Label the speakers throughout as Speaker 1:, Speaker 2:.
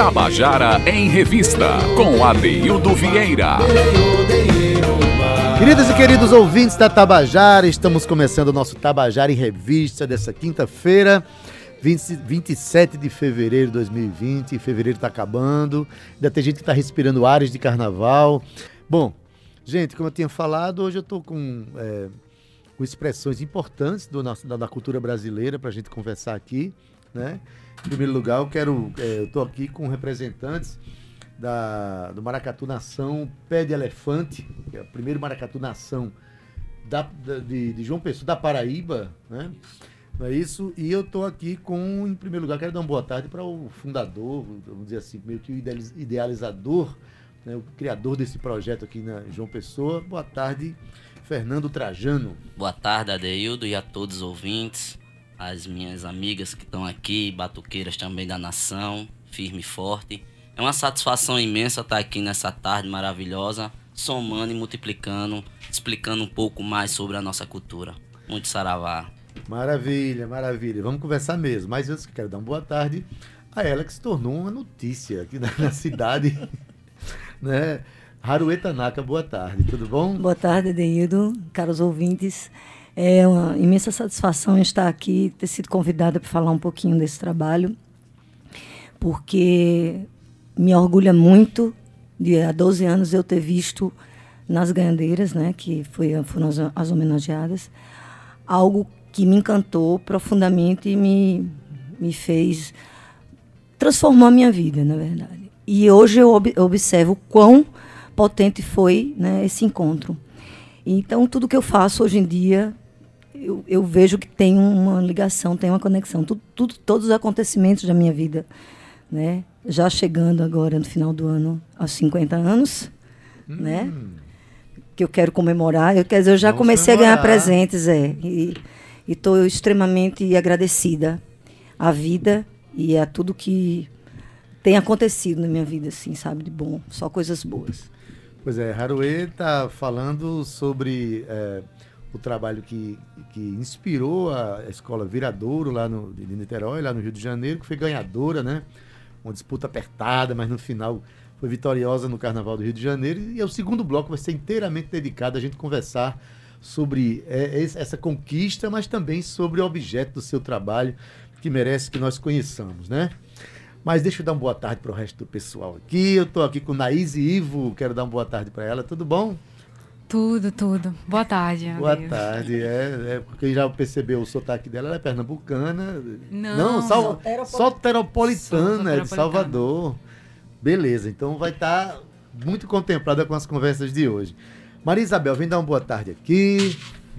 Speaker 1: Tabajara em Revista, com Adeildo Vieira.
Speaker 2: Queridas e queridos ouvintes da Tabajara, estamos começando o nosso Tabajara em Revista dessa quinta-feira, 27 de fevereiro de 2020. Fevereiro está acabando, ainda tem gente que está respirando ares de carnaval. Bom, gente, como eu tinha falado, hoje eu estou com expressões importantes da cultura brasileira para a gente conversar aqui, né? Em primeiro lugar, eu estou aqui com representantes do Maracatu Nação Pé de Elefante, que é o primeiro Maracatu Nação de João Pessoa, da Paraíba, né? Não é isso? E eu estou aqui em primeiro lugar, quero dar uma boa tarde para o fundador, vamos dizer assim, meio que o idealizador, né, o criador desse projeto aqui na João Pessoa. Boa tarde, Fernando Trajano.
Speaker 3: Boa tarde, Adeildo, e a todos os ouvintes, as minhas amigas que estão aqui, batuqueiras também da nação, firme e forte. É uma satisfação imensa estar aqui nessa tarde maravilhosa, somando e multiplicando, explicando um pouco mais sobre a nossa cultura. Muito saravá.
Speaker 2: Maravilha, maravilha. Vamos conversar mesmo. Mas eu quero dar uma boa tarde a ela, que se tornou uma notícia aqui na cidade, né? Haruê Tanaka, boa tarde, tudo bom?
Speaker 4: Boa tarde, Adeildo, caros ouvintes. É uma imensa satisfação estar aqui, ter sido convidada para falar um pouquinho desse trabalho, porque me orgulha muito de há 12 anos eu ter visto nas ganhadeiras, né, que foram as homenageadas, algo que me encantou profundamente e me fez transformar a minha vida, na verdade. E hoje eu observo quão potente foi, né, esse encontro. Então, tudo que eu faço hoje em dia, eu vejo que tem uma ligação, tem uma conexão. Todos os acontecimentos da minha vida, né, já chegando agora no final do ano aos 50 anos, né, que eu quero comemorar. Eu já comecei a ganhar presentes, e estou extremamente agradecida à vida e a tudo que tem acontecido na minha vida, assim, sabe, de bom, só coisas boas.
Speaker 2: Pois é, Haruê está falando sobre o trabalho que inspirou a escola Viradouro, lá de Niterói, lá no Rio de Janeiro, que foi ganhadora, né? Uma disputa apertada, mas no final foi vitoriosa no Carnaval do Rio de Janeiro. E o segundo bloco vai ser inteiramente dedicado a gente conversar sobre essa conquista, mas também sobre o objeto do seu trabalho, que merece que nós conheçamos, né? Mas deixa eu dar uma boa tarde para o resto do pessoal aqui. Eu estou aqui com Naís e Ivo, quero dar uma boa tarde para ela. Tudo bom?
Speaker 5: Tudo. Boa tarde.
Speaker 2: Boa tarde. Quem já percebeu o sotaque dela, ela é pernambucana.
Speaker 5: Não,
Speaker 2: soteropolitana, é de Salvador. Beleza, então vai estar muito contemplada com as conversas de hoje. Maria Isabel, vem dar uma boa tarde aqui.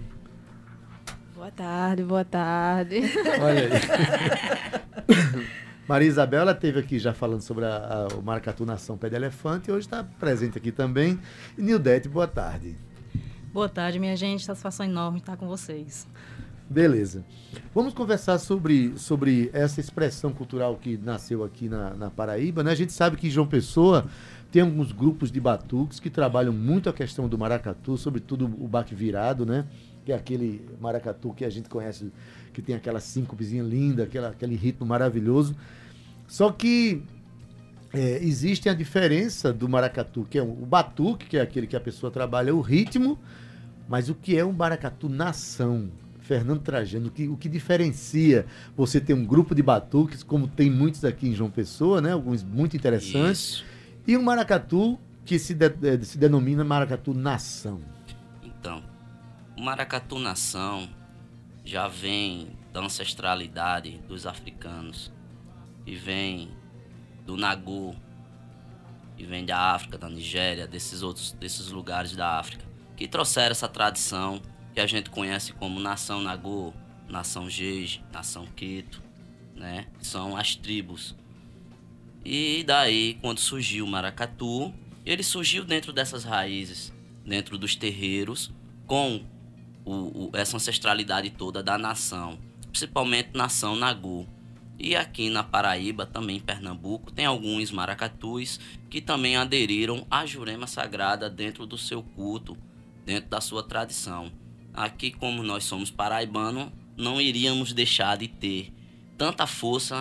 Speaker 5: Boa tarde.
Speaker 2: Olha aí. Maria Isabel, ela esteve aqui já falando sobre o Maracatu Nação Pé de Elefante e hoje está presente aqui também. E Nildete, boa tarde.
Speaker 6: Boa tarde, minha gente. Satisfação enorme estar com vocês.
Speaker 2: Beleza. Vamos conversar sobre essa expressão cultural que nasceu aqui na Paraíba, né? A gente sabe que João Pessoa tem alguns grupos de batuques que trabalham muito a questão do maracatu, sobretudo o baque virado, né? Que é aquele maracatu que a gente conhece, que tem aquela síncopezinha linda, aquele ritmo maravilhoso. Só que existe a diferença do maracatu, que é o batuque, que é aquele que a pessoa trabalha o ritmo, mas o que é um maracatu nação? Fernando Trajano, o que diferencia você ter um grupo de batuques, como tem muitos aqui em João Pessoa, né? Alguns muito interessantes, isso, e um maracatu que se denomina maracatu nação?
Speaker 3: Então, o maracatu nação já vem da ancestralidade dos africanos, e vem do Nagu, e vem da África, da Nigéria, desses lugares da África, que trouxeram essa tradição que a gente conhece como nação Nagu, nação Jeje, nação Queto, né? São as tribos. E daí, quando surgiu o maracatu, ele surgiu dentro dessas raízes, dentro dos terreiros, com essa ancestralidade toda da nação, principalmente nação Nagu. E aqui na Paraíba, também em Pernambuco, tem alguns maracatus que também aderiram à Jurema Sagrada dentro do seu culto, dentro da sua tradição. Aqui, como nós somos paraibanos, não iríamos deixar de ter tanta força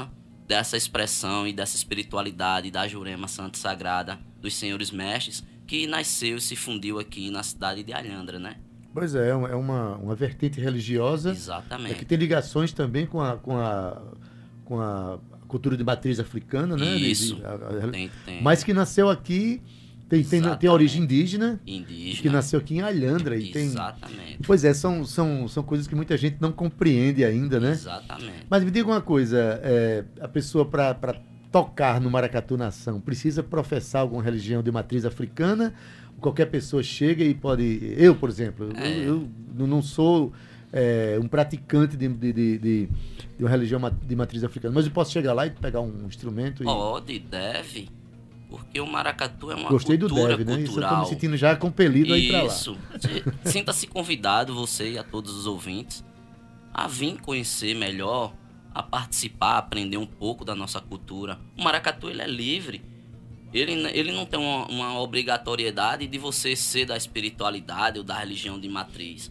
Speaker 3: dessa expressão e dessa espiritualidade da Jurema Santa e Sagrada dos Senhores Mestres, que nasceu e se fundiu aqui na cidade de Alhandra, né?
Speaker 2: Pois é, é uma vertente religiosa
Speaker 3: Exatamente.
Speaker 2: que tem ligações também com a cultura de matriz africana, né?
Speaker 3: Isso, tem.
Speaker 2: Mas que nasceu aqui, tem origem indígena, que nasceu aqui em Alhandra.
Speaker 3: Exatamente.
Speaker 2: Pois é, são coisas que muita gente não compreende ainda, né?
Speaker 3: Exatamente.
Speaker 2: Mas me diga uma coisa, a pessoa para tocar no Maracatu Nação precisa professar alguma religião de matriz africana? Qualquer pessoa chega e pode... Eu, por exemplo, eu não sou um praticante de uma religião de matriz africana, mas eu posso chegar lá e pegar um instrumento e...
Speaker 3: Pode, deve, porque o maracatu é uma
Speaker 2: Gostei
Speaker 3: cultura
Speaker 2: do deve, né? Isso eu
Speaker 3: cultural.
Speaker 2: tô me sentindo já compelido a ir para lá.
Speaker 3: Isso. Sinta-se convidado, você e a todos os ouvintes, a vir conhecer melhor, a participar, aprender um pouco da nossa cultura. O maracatu, ele é livre. Ele não tem uma obrigatoriedade de você ser da espiritualidade ou da religião de matriz.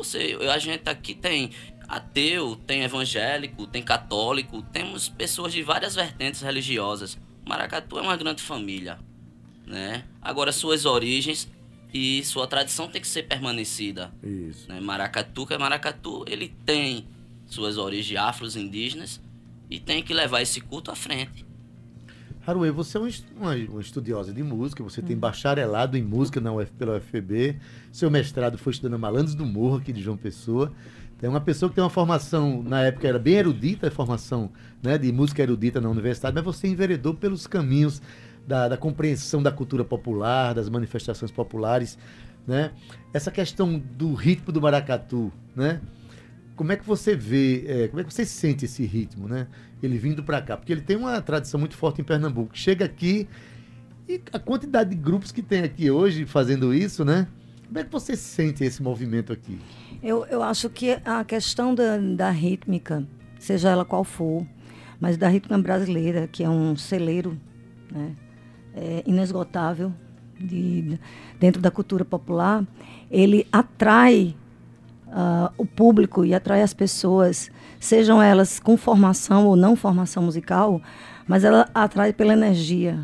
Speaker 3: A gente aqui tem ateu, tem evangélico, tem católico, temos pessoas de várias vertentes religiosas. O maracatu é uma grande família, né? Agora, suas origens e sua tradição tem que ser permanecida.
Speaker 2: Isso.
Speaker 3: Né? Maracatu, que é maracatu, ele tem suas origens afro-indígenas e tem que levar esse culto à frente.
Speaker 2: Haruê, você é uma estudiosa de música, você tem bacharelado em música pela UFPB, seu mestrado foi estudando Malandros do Morro, aqui de João Pessoa. É uma pessoa que tem uma formação, na época era bem erudita, a formação, né, de música erudita na universidade, mas você enveredou pelos caminhos da compreensão da cultura popular, das manifestações populares, né? Essa questão do ritmo do maracatu, né? Como é que você vê, como é que você sente esse ritmo, né? Ele vindo para cá, porque ele tem uma tradição muito forte em Pernambuco. Chega aqui e a quantidade de grupos que tem aqui hoje fazendo isso, né? Como é que você sente esse movimento aqui?
Speaker 4: Eu acho que a questão da rítmica, seja ela qual for, mas da rítmica brasileira, que é um celeiro, né, inesgotável dentro da cultura popular, ele atrai o público e atrai as pessoas, sejam elas com formação ou não formação musical, mas ela atrai pela energia,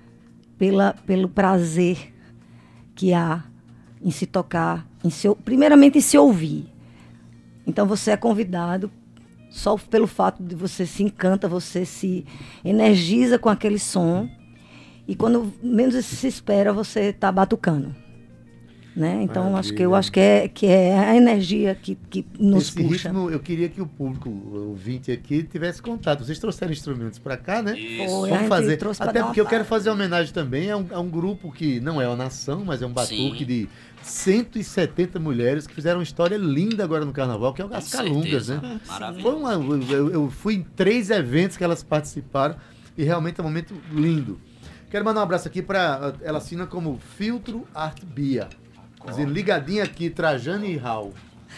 Speaker 4: pelo prazer que há em se tocar, primeiramente em se ouvir. Então você é convidado, só pelo fato de você se encanta, você se energiza com aquele som, e quando menos se espera, você está batucando. Né? Então, eu acho que é a energia que nos
Speaker 2: esse
Speaker 4: puxa.
Speaker 2: Ritmo, eu queria que o público, o ouvinte aqui, tivesse contato. Vocês trouxeram instrumentos para cá, né?
Speaker 3: Isso.
Speaker 2: Vamos fazer. Até porque eu quero fazer homenagem também a um grupo que não é uma nação, mas é um batuque de 170 mulheres que fizeram uma história linda agora no carnaval, que é o As Calungas, né?
Speaker 3: Maravilha.
Speaker 2: Eu fui em 3 eventos que elas participaram e realmente é um momento lindo. Quero mandar um abraço aqui para... Ela assina como Filtro Art Bia. Dizendo, ligadinha aqui, Trajano e Raul.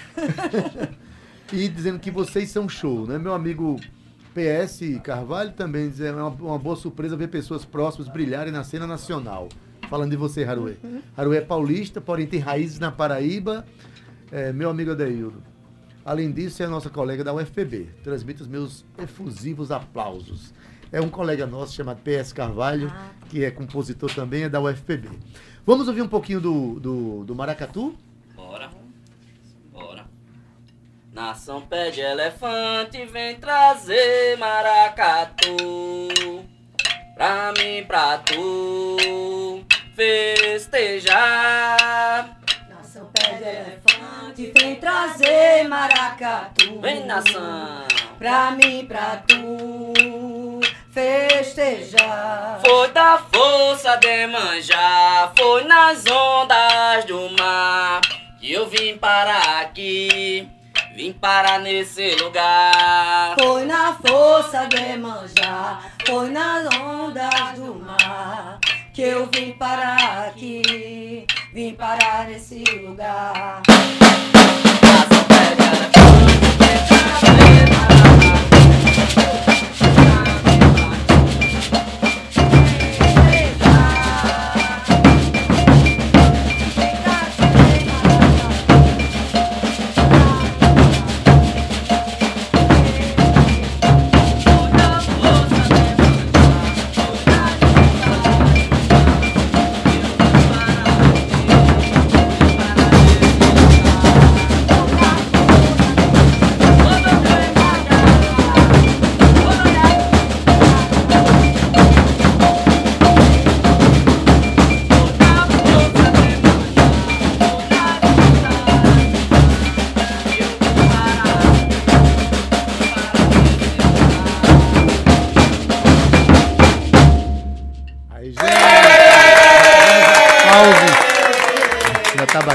Speaker 2: E dizendo que vocês são show, né? Meu amigo PS Carvalho também diz, é uma boa surpresa ver pessoas próximas brilharem na cena nacional. Falando de você, Haruê. Haruê é paulista, porém tem raízes na Paraíba. Meu amigo Adeildo. Além disso, é a nossa colega da UFPB. Transmite os meus efusivos aplausos. É um colega nosso chamado PS Carvalho, que é compositor também, é da UFPB. Vamos ouvir um pouquinho do maracatu?
Speaker 3: Bora. Nação pé de elefante, vem trazer maracatu. Pra mim, pra tu, festejar.
Speaker 4: Nação pé de elefante, vem trazer maracatu.
Speaker 3: Vem, nação.
Speaker 4: Pra mim, pra tu, festejar.
Speaker 3: Foi da força de manjar, foi nas ondas do mar que eu vim parar aqui, vim parar nesse lugar.
Speaker 4: Foi na força de manjar, foi nas ondas do mar que eu vim parar aqui, vim parar nesse lugar.
Speaker 3: Nação pé de elefante, vem trazer maracatu. Força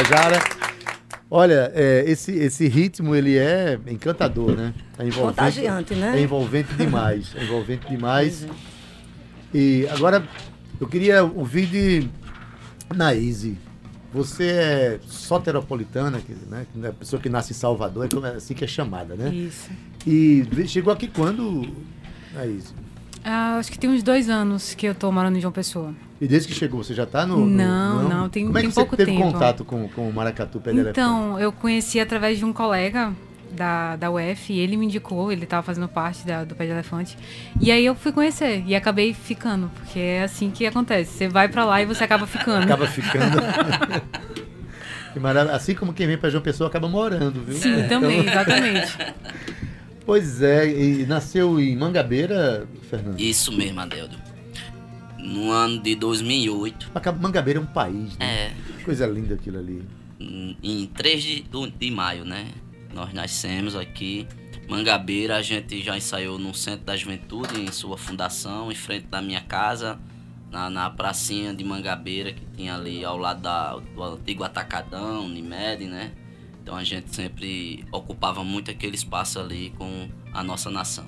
Speaker 2: Tabajara. Olha, esse ritmo, ele é encantador, né? É envolvente,
Speaker 4: Contagiante, né?
Speaker 2: É envolvente demais. É envolvente demais. E agora, eu queria ouvir de Naíse. Você é soteropolitana, né? A pessoa que nasce em Salvador, é assim que é chamada, né?
Speaker 5: Isso.
Speaker 2: E chegou aqui quando, Naíse?
Speaker 5: Acho que tem uns 2 anos que eu tô morando em João Pessoa.
Speaker 2: E desde que chegou, você já está no...
Speaker 5: Não, tem
Speaker 2: Como é que
Speaker 5: pouco
Speaker 2: você teve
Speaker 5: tempo.
Speaker 2: contato com o Maracatu Pé de Elefante?
Speaker 5: Então, eu conheci através de um colega da UF, e ele me indicou, ele estava fazendo parte do Pé de Elefante. E aí eu fui conhecer e acabei ficando, porque é assim que acontece. Você vai pra lá e você acaba ficando.
Speaker 2: Acaba ficando. Que maravilha. Assim como quem vem para João Pessoa acaba morando, viu?
Speaker 5: Sim, também, exatamente.
Speaker 2: Pois é, e nasceu em Mangabeira, Fernando?
Speaker 3: Isso mesmo, Adeldo. No ano de 2008,
Speaker 2: Mangabeira é um país, né? Coisa linda aquilo ali.
Speaker 3: em 3 de maio, né? Nós nascemos aqui. Mangabeira, a gente já ensaiou no Centro da Juventude, em sua fundação, em frente da minha casa, na pracinha de Mangabeira, que tinha ali ao lado do antigo Atacadão, Unimed, né? Então a gente sempre ocupava muito aquele espaço ali com a nossa nação.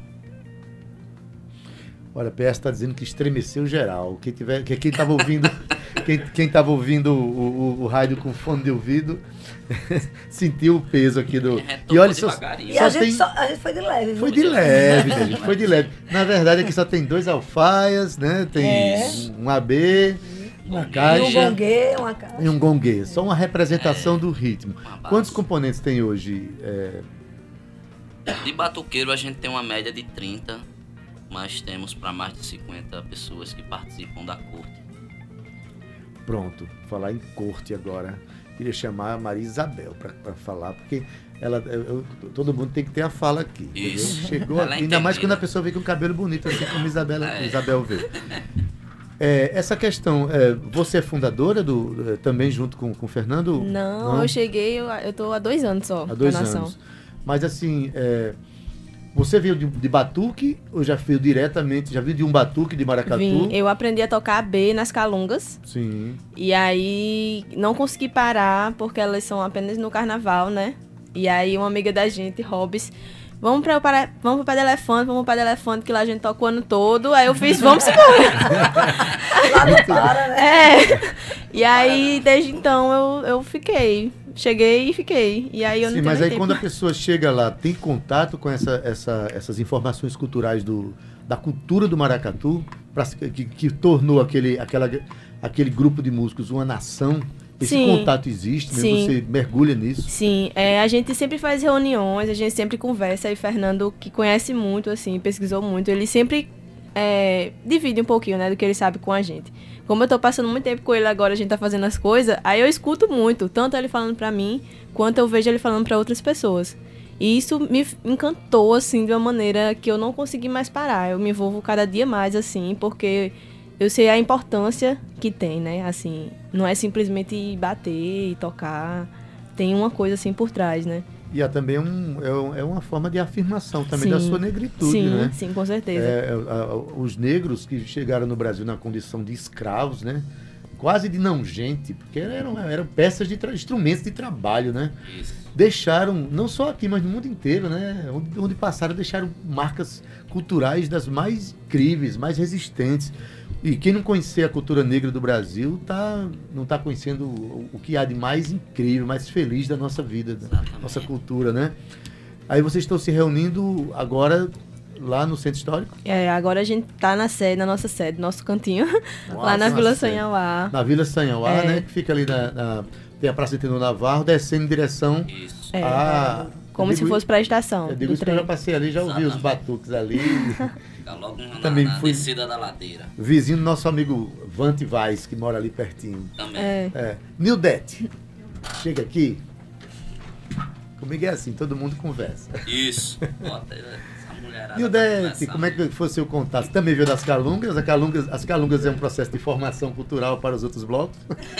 Speaker 2: Olha, a PS está dizendo que estremeceu geral. Quem estava ouvindo, quem tava ouvindo o rádio com fone de ouvido sentiu o peso aqui do.
Speaker 3: E
Speaker 2: olha,
Speaker 4: E a gente foi de leve, viu?
Speaker 2: Foi de leve, gente, foi de leve. Na verdade, aqui só tem 2 alfaias, né? Tem um AB, uma caixa.
Speaker 4: E um gongue, uma caixa.
Speaker 2: E um gongue. Só uma representação do ritmo. Quantos componentes tem hoje?
Speaker 3: De batuqueiro a gente tem uma média de 30, mas temos para mais de 50 pessoas que participam da corte.
Speaker 2: Pronto, falar em corte agora. Queria chamar a Maria Isabel para falar, porque todo mundo tem que ter a fala aqui.
Speaker 3: Isso.
Speaker 2: Chegou aqui, ainda mais quando a pessoa vê com o cabelo bonito, assim como Isabel vê. Essa questão, você é fundadora também junto com o Fernando?
Speaker 7: Não, eu cheguei, eu tô há 2 anos só.
Speaker 2: Há 2 anos. Mas assim, você veio de batuque ou já veio diretamente, já veio de um batuque de maracatu?
Speaker 7: Vim, eu aprendi a tocar B nas calungas.
Speaker 2: Sim.
Speaker 7: E aí não consegui parar, porque elas são apenas no carnaval, né? E aí uma amiga da gente, Hobbs, vamos pro Pé de Elefante, que lá a gente toca o ano todo. Aí eu fiz, vamos embora.
Speaker 4: Lá não para, né?
Speaker 7: E aí, desde então, eu fiquei. Cheguei e fiquei. E aí eu não
Speaker 2: Sim,
Speaker 7: tenho
Speaker 2: mas aí
Speaker 7: tempo.
Speaker 2: quando a pessoa chega lá, tem contato com essas informações culturais da cultura do maracatu, que tornou aquele grupo de músicos uma nação. Esse contato existe, mesmo você mergulha nisso?
Speaker 7: Sim, a gente sempre faz reuniões, a gente sempre conversa, e Fernando, que conhece muito, assim, pesquisou muito, ele sempre divide um pouquinho, né, do que ele sabe com a gente. Como eu tô passando muito tempo com ele agora, a gente tá fazendo as coisas, aí eu escuto muito, tanto ele falando pra mim, quanto eu vejo ele falando pra outras pessoas. E isso me encantou, assim, de uma maneira que eu não consegui mais parar. Eu me envolvo cada dia mais, assim, porque eu sei a importância que tem, né? Assim, não é simplesmente bater e tocar, tem uma coisa assim por trás, né?
Speaker 2: E também é uma forma de afirmação também da sua negritude, né?
Speaker 7: Sim, com certeza.
Speaker 2: Os negros que chegaram no Brasil na condição de escravos, né? Quase de não gente, porque eram peças instrumentos de trabalho, né?
Speaker 3: Isso.
Speaker 2: Deixaram, não só aqui, mas no mundo inteiro, né? Onde passaram, deixaram marcas culturais das mais incríveis, mais resistentes. E quem não conhecer a cultura negra do Brasil não está conhecendo o que há de mais incrível, mais feliz da nossa vida, da nossa cultura, né? Aí vocês estão se reunindo agora lá no Centro Histórico?
Speaker 7: Agora a gente tá na nossa sede, nosso cantinho,
Speaker 2: Nossa,
Speaker 7: lá na Vila
Speaker 2: sede.
Speaker 7: Sanhauá.
Speaker 2: Na Vila Sanhauá, né? Que fica ali tem a Praça de Tenor Navarro, descendo em direção
Speaker 3: Isso.
Speaker 7: Como se fosse para a estação.
Speaker 2: Eu digo isso que eu já passei ali, já ouvi os batuques ali.
Speaker 3: Fica logo
Speaker 2: Também
Speaker 3: na
Speaker 2: fui
Speaker 3: descida da ladeira.
Speaker 2: vizinho do nosso amigo Vante Vaz, que mora ali pertinho.
Speaker 3: Também.
Speaker 2: Nildete, chega aqui. Comigo é assim, todo mundo conversa.
Speaker 3: Isso. Bota essa mulherada.
Speaker 2: Nildete, como é que foi o seu contato? Você também veio das Calungas? As Calungas é um processo de formação cultural para os outros blocos?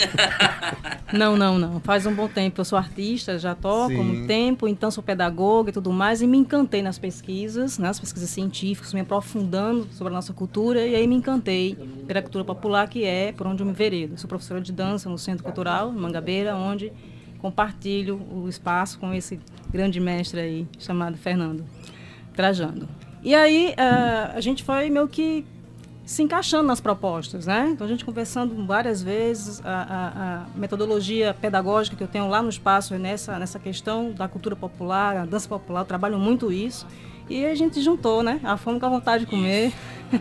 Speaker 6: Não. Faz um bom tempo. Eu sou artista, já toco há muito
Speaker 2: Sim.
Speaker 6: tempo, então sou pedagoga e tudo mais, e me encantei nas pesquisas, nas pesquisas científicas, me aprofundando sobre a nossa cultura, e aí me encantei pela cultura popular, que é por onde eu me veredo. Sou professora de dança no Centro Cultural, em Mangabeira, onde compartilho o espaço com esse grande mestre aí, chamado Fernando Trajano. E aí a gente foi meio que se encaixando nas propostas, né? Então a gente conversando várias vezes, a metodologia pedagógica que eu tenho lá no espaço é nessa questão da cultura popular, a dança popular, eu trabalho muito isso. E a gente juntou, né? A fome com a vontade de comer.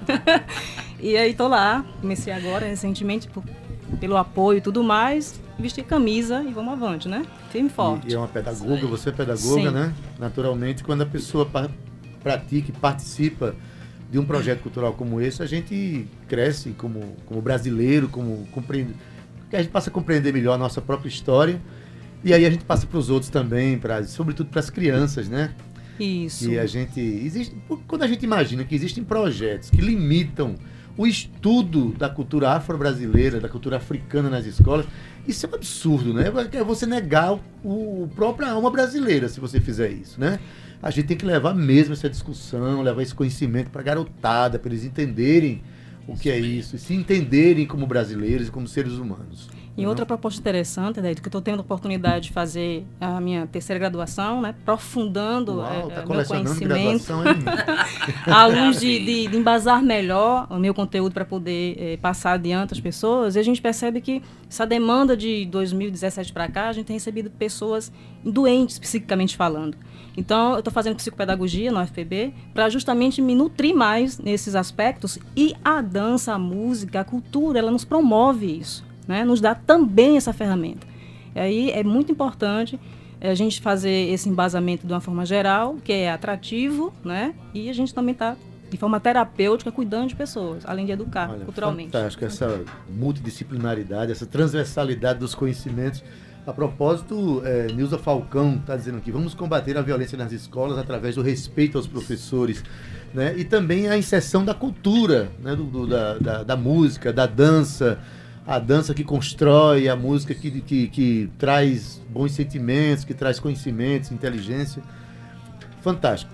Speaker 6: E aí tô lá, comecei agora recentemente pelo apoio e tudo mais, vesti camisa e vamos avante, né? Firme e forte.
Speaker 2: E é uma pedagoga, você é pedagoga, sim, né? Naturalmente, quando a pessoa pratica e participa de um projeto cultural como esse, a gente cresce como brasileiro, compreende, porque a gente passa a compreender melhor a nossa própria história, e aí a gente passa para os outros também, sobretudo para as crianças, né?
Speaker 6: Isso.
Speaker 2: E quando a gente imagina que existem projetos que limitam o estudo da cultura afro-brasileira, da cultura africana nas escolas, isso é um absurdo, né? É você negar o próprio alma brasileira se você fizer isso, né? A gente tem que levar mesmo essa discussão, levar esse conhecimento para a garotada, para eles entenderem o que é isso, e se entenderem como brasileiros e como seres humanos.
Speaker 6: E outra proposta interessante, Deito, que eu estou tendo a oportunidade de fazer a minha terceira graduação, né, aprofundando meu conhecimento, à luz de embasar melhor o meu conteúdo para poder passar adiante às pessoas, e a gente percebe que essa demanda de 2017 para cá, a gente tem recebido pessoas doentes, psiquicamente falando. Então, eu estou fazendo psicopedagogia na UFPB para justamente me nutrir mais nesses aspectos, e a dança, a música, a cultura, ela nos promove isso, né? Nos dá também essa ferramenta. E aí é muito importante a gente fazer esse embasamento de uma forma geral, que é atrativo, né? E a gente também está, de forma terapêutica, cuidando de pessoas, além de educar culturalmente.
Speaker 2: Fantástico, essa multidisciplinaridade, essa transversalidade dos conhecimentos. A propósito, Nilza Falcão está dizendo aqui, vamos combater a violência nas escolas através do respeito aos professores, né? E também a inserção da cultura, né? da música, da dança, a dança que constrói, a música que traz bons sentimentos, que traz conhecimentos, inteligência. Fantástico.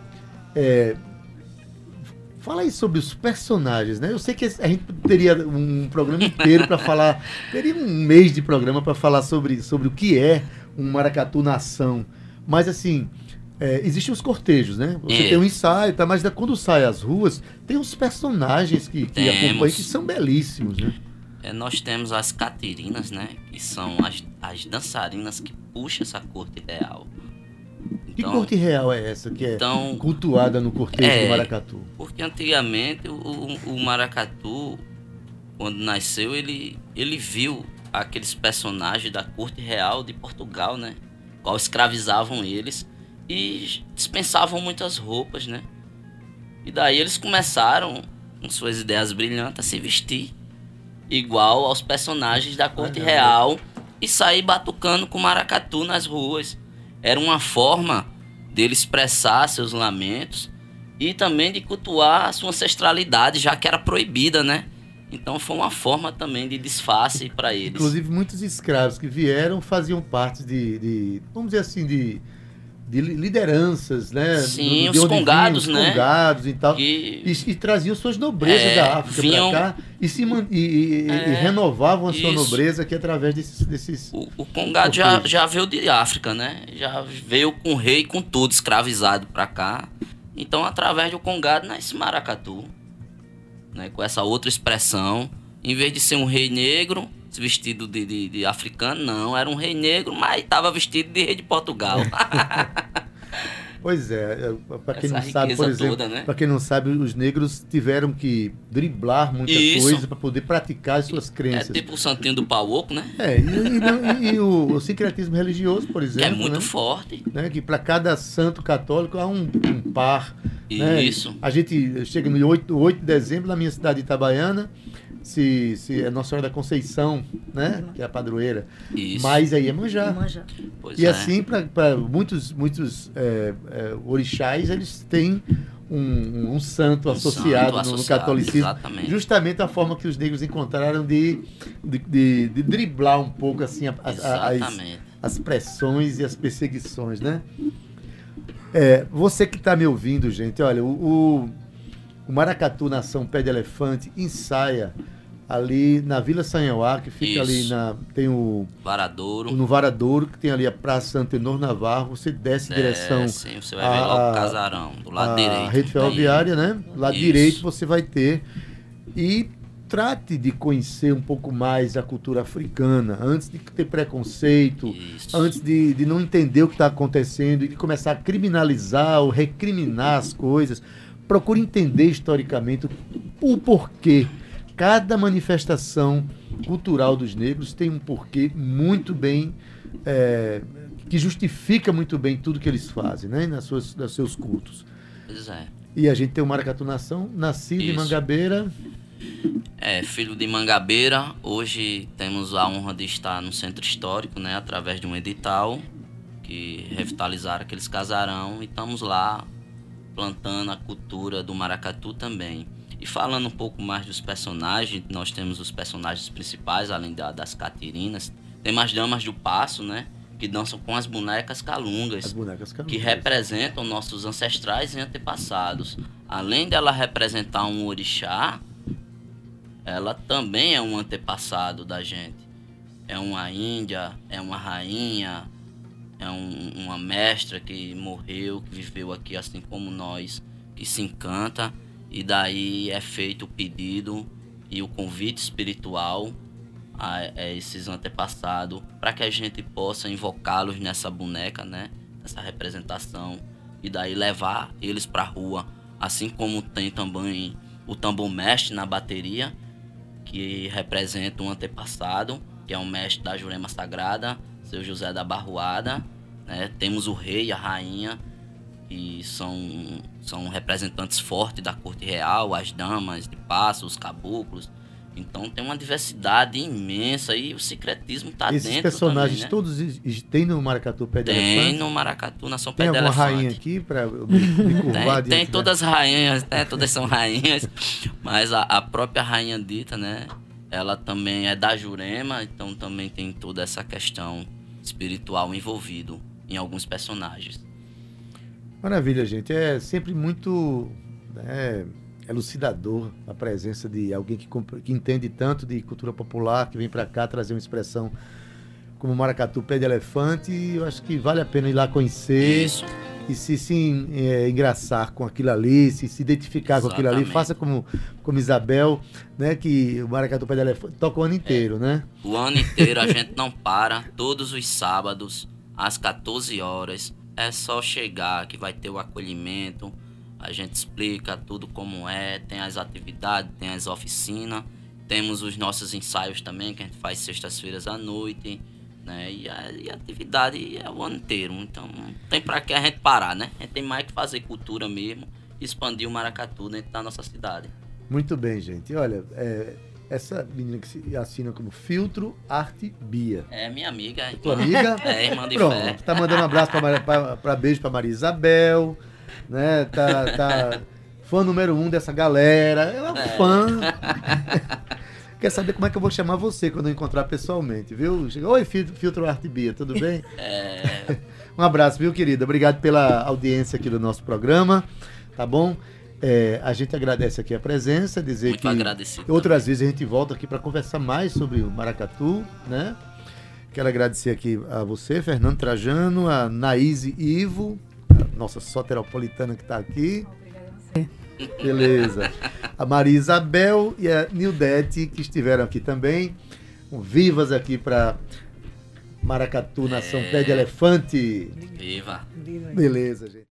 Speaker 2: Fala aí sobre os personagens, né? Eu sei que a gente teria um programa inteiro para falar, teria um mês de programa para falar sobre o que é um maracatu na ação. Mas, assim, existem os cortejos, né? Você tem um ensaio, tá? Mas quando sai às ruas, tem os personagens que acompanham, que são belíssimos, né?
Speaker 3: Nós temos as catirinas, né? Que são as dançarinas que puxam essa corte real.
Speaker 2: Que corte real é essa que é cultuada no cortejo do maracatu?
Speaker 3: Porque antigamente o maracatu, quando nasceu, ele viu aqueles personagens da corte real de Portugal, né? Qual escravizavam eles e dispensavam muitas roupas, né? E daí eles começaram, com suas ideias brilhantes, a se vestir igual aos personagens da corte real e sair batucando com maracatu nas ruas. Era uma forma dele expressar seus lamentos e também de cultuar a sua ancestralidade, já que era proibida, né? Então foi uma forma também de disfarce para eles.
Speaker 2: Inclusive muitos escravos que vieram faziam parte de vamos dizer assim, de lideranças, né?
Speaker 3: Sim, os congados, né?
Speaker 2: Os congados e tal. E traziam suas nobrezas da África para cá e renovavam a sua nobreza aqui através desses...
Speaker 3: O congado já veio de África, né? Já veio com o rei, com tudo, escravizado para cá. Então, através do congado, nasce maracatu, né? Com essa outra expressão. Em vez de ser um rei negro vestido de africano, não, era um rei negro, mas estava vestido de rei de Portugal.
Speaker 2: Pois para quem não sabe, por exemplo, né? Para quem não sabe, os negros tiveram que driblar muita coisa para poder praticar as suas crenças.
Speaker 3: É tipo o santinho do pau oco, né?
Speaker 2: E o sincretismo religioso, por exemplo,
Speaker 3: que é muito forte,
Speaker 2: né? Que para cada santo católico há um par.
Speaker 3: Isso.
Speaker 2: Né? A gente chega no 8 de dezembro, na minha cidade de Itabaiana, se é Nossa Senhora da Conceição, né? Que é a padroeira.
Speaker 3: Isso.
Speaker 2: Mas aí é Iemanjá.
Speaker 3: Pois
Speaker 2: assim, para muitos orixás, eles têm um santo associado no catolicismo.
Speaker 3: Exatamente.
Speaker 2: Justamente a forma que os negros encontraram de driblar um pouco assim as pressões e as perseguições, né? Você que está me ouvindo, gente, olha, o Maracatu Nação Pé de Elefante ensaia ali na Vila Sanhauá, que fica ali tem o
Speaker 3: Varadouro.
Speaker 2: No Varadouro, que tem ali a Praça Antenor Navarro, você desce em direção...
Speaker 3: Sim, você vai ver logo o casarão, do lado direito.
Speaker 2: A rede ferroviária, né? Do lado direito você vai ter. E trate de conhecer um pouco mais a cultura africana, antes de ter preconceito, antes de não entender o que está acontecendo e de começar a criminalizar ou recriminar as coisas. Procure entender historicamente o porquê. Cada manifestação cultural dos negros tem um porquê muito bem, que justifica muito bem tudo que eles fazem, né? Nos seus cultos.
Speaker 3: Pois é.
Speaker 2: E a gente tem o Maracatu Nação, nascido em Mangabeira.
Speaker 3: Filho de Mangabeira. Hoje temos a honra de estar no centro histórico, né? Através de um edital que revitalizaram aqueles casarão. E estamos lá plantando a cultura do maracatu também. E falando um pouco mais dos personagens, nós temos os personagens principais, além das catirinas. Tem as damas do passo, né? Que dançam com as bonecas calungas. Que representam nossos ancestrais e antepassados. Além dela representar um orixá, ela também é um antepassado da gente. É uma índia, é uma rainha, é uma mestra que morreu, que viveu aqui assim como nós, que se encanta. E daí é feito o pedido e o convite espiritual a esses antepassados para que a gente possa invocá-los nessa boneca, né? Nessa representação. E daí levar eles para a rua. Assim como tem também o tambor mestre na bateria, que representa um antepassado, que é um mestre da Jurema Sagrada, seu José da Barroada, né? Temos o rei e a rainha, que são representantes fortes da corte real, as damas de passo, os caboclos. Então tem uma diversidade imensa e o secretismo está dentro.
Speaker 2: Esses personagens
Speaker 3: também, né?
Speaker 2: todos tem no Maracatu Pé de Elefante?
Speaker 3: Tem no Maracatu Nação Pé de
Speaker 2: Elefante. Tem alguma rainha aqui para me curvar?
Speaker 3: Tem todas as rainhas, né? Todas são rainhas, mas a própria rainha dita, né? Ela também é da Jurema, então também tem toda essa questão espiritual envolvido em alguns personagens.
Speaker 2: Maravilha, gente. É sempre muito elucidador a presença de alguém que entende tanto de cultura popular, que vem para cá trazer uma expressão como Maracatu Pé de Elefante. E eu acho que vale a pena ir lá conhecer.
Speaker 3: Isso.
Speaker 2: E se engraçar com aquilo ali, se identificar com aquilo ali. Faça como Isabel, né, que o Maracatu Pé de Elefante toca o ano inteiro, né?
Speaker 3: O ano inteiro a gente não para, todos os sábados, às 14 horas. É só chegar que vai ter o acolhimento, a gente explica tudo como é, tem as atividades, tem as oficinas, temos os nossos ensaios também, que a gente faz sextas-feiras à noite, né? E a atividade é o ano inteiro, então não tem pra que a gente parar, né? A gente tem mais que fazer cultura mesmo, expandir o maracatu dentro da nossa cidade.
Speaker 2: Muito bem, gente. Olha, essa menina que se assina como Filtro Arte Bia.
Speaker 3: É minha amiga.
Speaker 2: Tua amiga?
Speaker 3: É, irmã de
Speaker 2: Pronto,
Speaker 3: fé.
Speaker 2: tá mandando um abraço pra beijo pra Maria Isabel, né? Tá fã número 1 dessa galera. É um fã. Quer saber como é que eu vou chamar você quando eu encontrar pessoalmente, viu? Oi, Filtro Arte Bia, tudo bem? Um abraço, viu, querida? Obrigado pela audiência aqui do nosso programa, tá bom? A gente agradece aqui a presença, dizer
Speaker 3: muito
Speaker 2: que
Speaker 3: agradecido
Speaker 2: outras
Speaker 3: também.
Speaker 2: vezes a gente volta aqui para conversar mais sobre o maracatu, né? Quero agradecer aqui a você, Fernando Trajano, a Naíse Ivo, a nossa soteropolitana que está aqui.
Speaker 5: Obrigada a você.
Speaker 2: Beleza. A Maria Isabel e a Nildete, que estiveram aqui também. Vivas aqui para Maracatu Nação Pé de Elefante.
Speaker 3: Viva!
Speaker 2: Beleza, gente.